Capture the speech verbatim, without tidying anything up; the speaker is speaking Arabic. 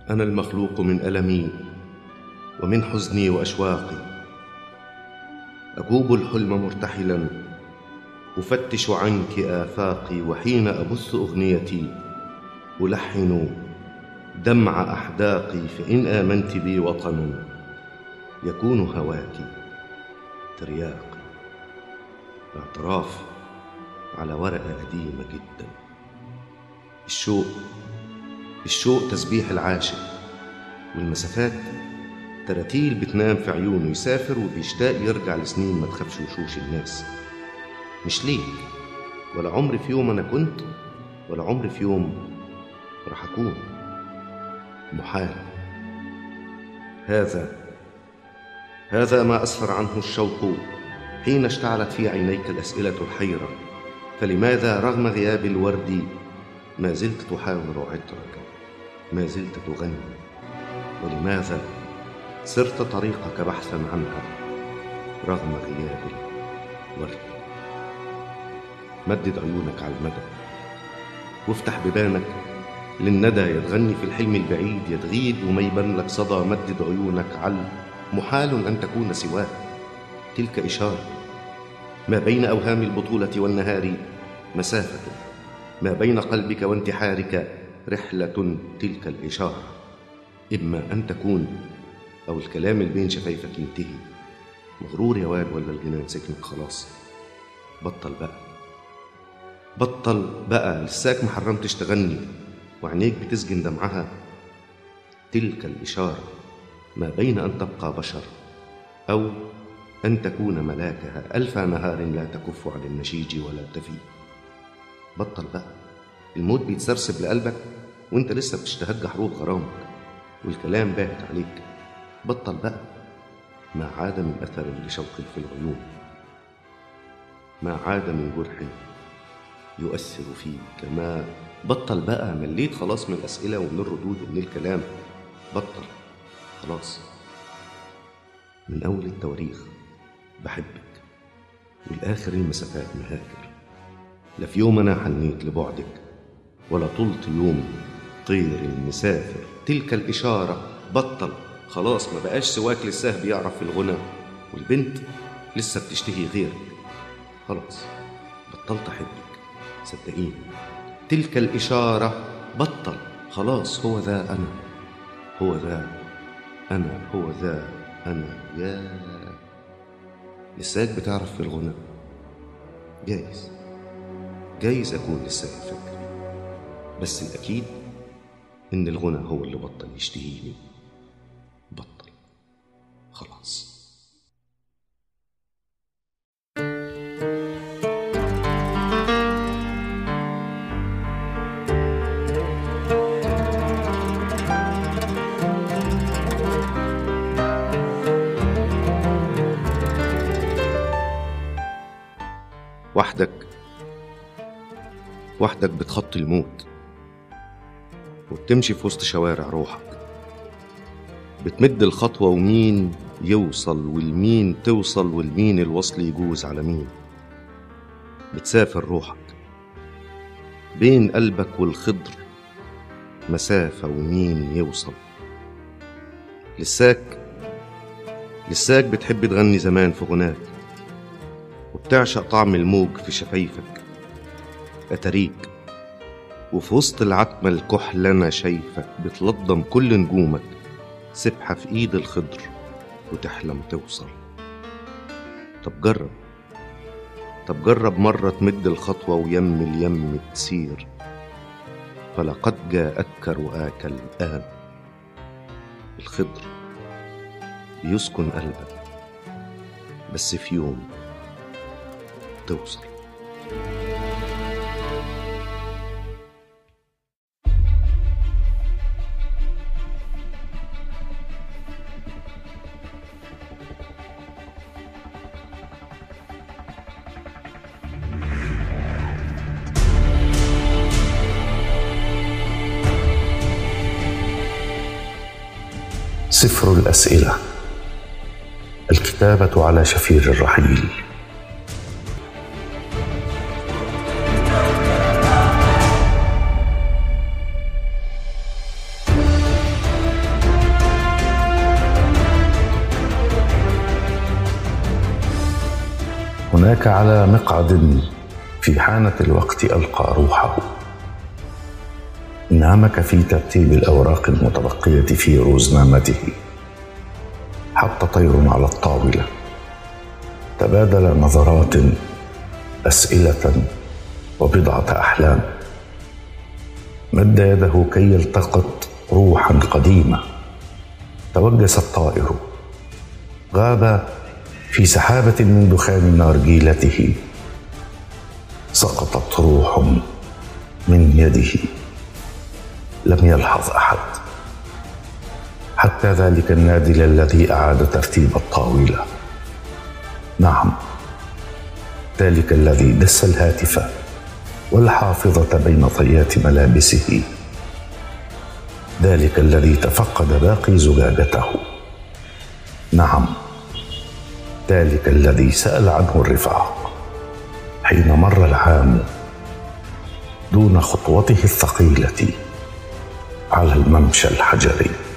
أنا المخلوق من ألمي ومن حزني وأشواقي، أجوب الحلم مرتحلا أفتش عنك آفاقي، وحين أبث أغنيتي ألحن دمع أحداقي، فإن آمنت بي وطن يكون هواك ترياق. اعتراف على ورقة قديمة جدا. الشوق الشوق تسبيح العاشق، والمسافات تراتيل بتنام في عيونه، يسافر وبيشتاق يرجع لسنين ما تخافش وشوش الناس. مش ليك، ولا عمري في يوم أنا كنت، ولا عمري في يوم رح أكون. محال. هذا هذا ما أسفر عنه الشوق حين اشتعلت في عينيك الأسئلة الحيرة. فلماذا رغم غياب الورد ما زلت تحاور عطرك، ما زلت تغني؟ ولماذا سرت طريقك بحثا عنها رغم غياب الورد؟ مدد عيونك على المدى وافتح بيبانك للندى، يتغني في الحلم البعيد يتغيب وما يبان لك صدى. مدد عيونك على محال أن تكون سواه، تلك إشارة ما بين أوهام البطولة والنهار، مسافة ما بين قلبك وانتحارك، رحلة تلك الإشارة. إما أن تكون أو الكلام اللي بين شفايفك ينتهي. مغرور يا واد ولا الجنان سكنك خلاص؟ بطل بقى بطل بقى لساك محرمتش تغني وعينيك بتسجن دمعها. تلك الإشارة ما بين أن تبقى بشر أو أن تكون ملاكها، ألف نهار لا تكف عن النشيج ولا تفي. بطل بقى، الموت بيتسرسب لقلبك وانت لسه بتشتهج حروب غرامك والكلام باهت عليك. بطل بقى، ما عاد من أثر لشوق في العيون، ما عاد من جرح يؤثر فيك. ما بطل بقى، مليت خلاص من الأسئلة ومن الردود ومن الكلام. بطل خلاص. من أول التواريخ بحبك والآخر المسافات مهاجر، لا في يوم أنا حنيت لبعدك ولا طلت يوم طير مسافر. تلك الإشارة بطل خلاص، ما بقاش سواك لسه بيعرف في الغنى والبنت لسه بتشتهي غيرك. خلاص بطلت أحبك صدقيني. تلك الإشارة بطل خلاص. هو ذا أنا، هو ذا أنا، هو ذا أنا. يا لساك بتعرف في الغنى؟ جايز جايز أكون لسه فاكر، بس الأكيد إن الغنى هو اللي بطل يشتهيني. بطل خلاص. وحدك وحدك بتخطي الموت وبتمشي في وسط شوارع روحك، بتمد الخطوة ومين يوصل والمين توصل والمين الوصل يجوز على مين. بتسافر روحك بين قلبك والخضر مسافة ومين يوصل. لساك لساك بتحب تغني زمان في غناك وبتعشق طعم الموج في شفايفك. أتريك وفي وسط العتمة الكحل أنا شايفك بتلضم كل نجومك سبحة في إيد الخضر وتحلم توصل. طب جرب طب جرب مرة تمد الخطوة ويم اليم تسير، فلقد جاءتك رؤاك الآن. الخضر بيسكن قلبك بس في يوم توصل. سفر الأسئلة، الكتابة على شفير الرحيل. هناك على مقعد في حانة الوقت ألقى روحه. انهمك في ترتيب الأوراق المتبقية في روزنامته. حط طير على الطاولة، تبادل نظرات، أسئلة وبضعة أحلام. مد يده كي يلتقط روحا قديمة. توجس الطائر، غاب في سحابة من دخان نارجيلته. سقطت روح من يده، لم يلحظ أحد حتى ذلك النادل الذي أعاد ترتيب الطاولة. نعم، ذلك الذي دس الهاتف والحافظة بين طيات ملابسه، ذلك الذي تفقد باقي زجاجته. نعم، ذلك الذي سأل عنه الرفاق حين مر العام دون خطوته الثقيلة على الممشى الحجري.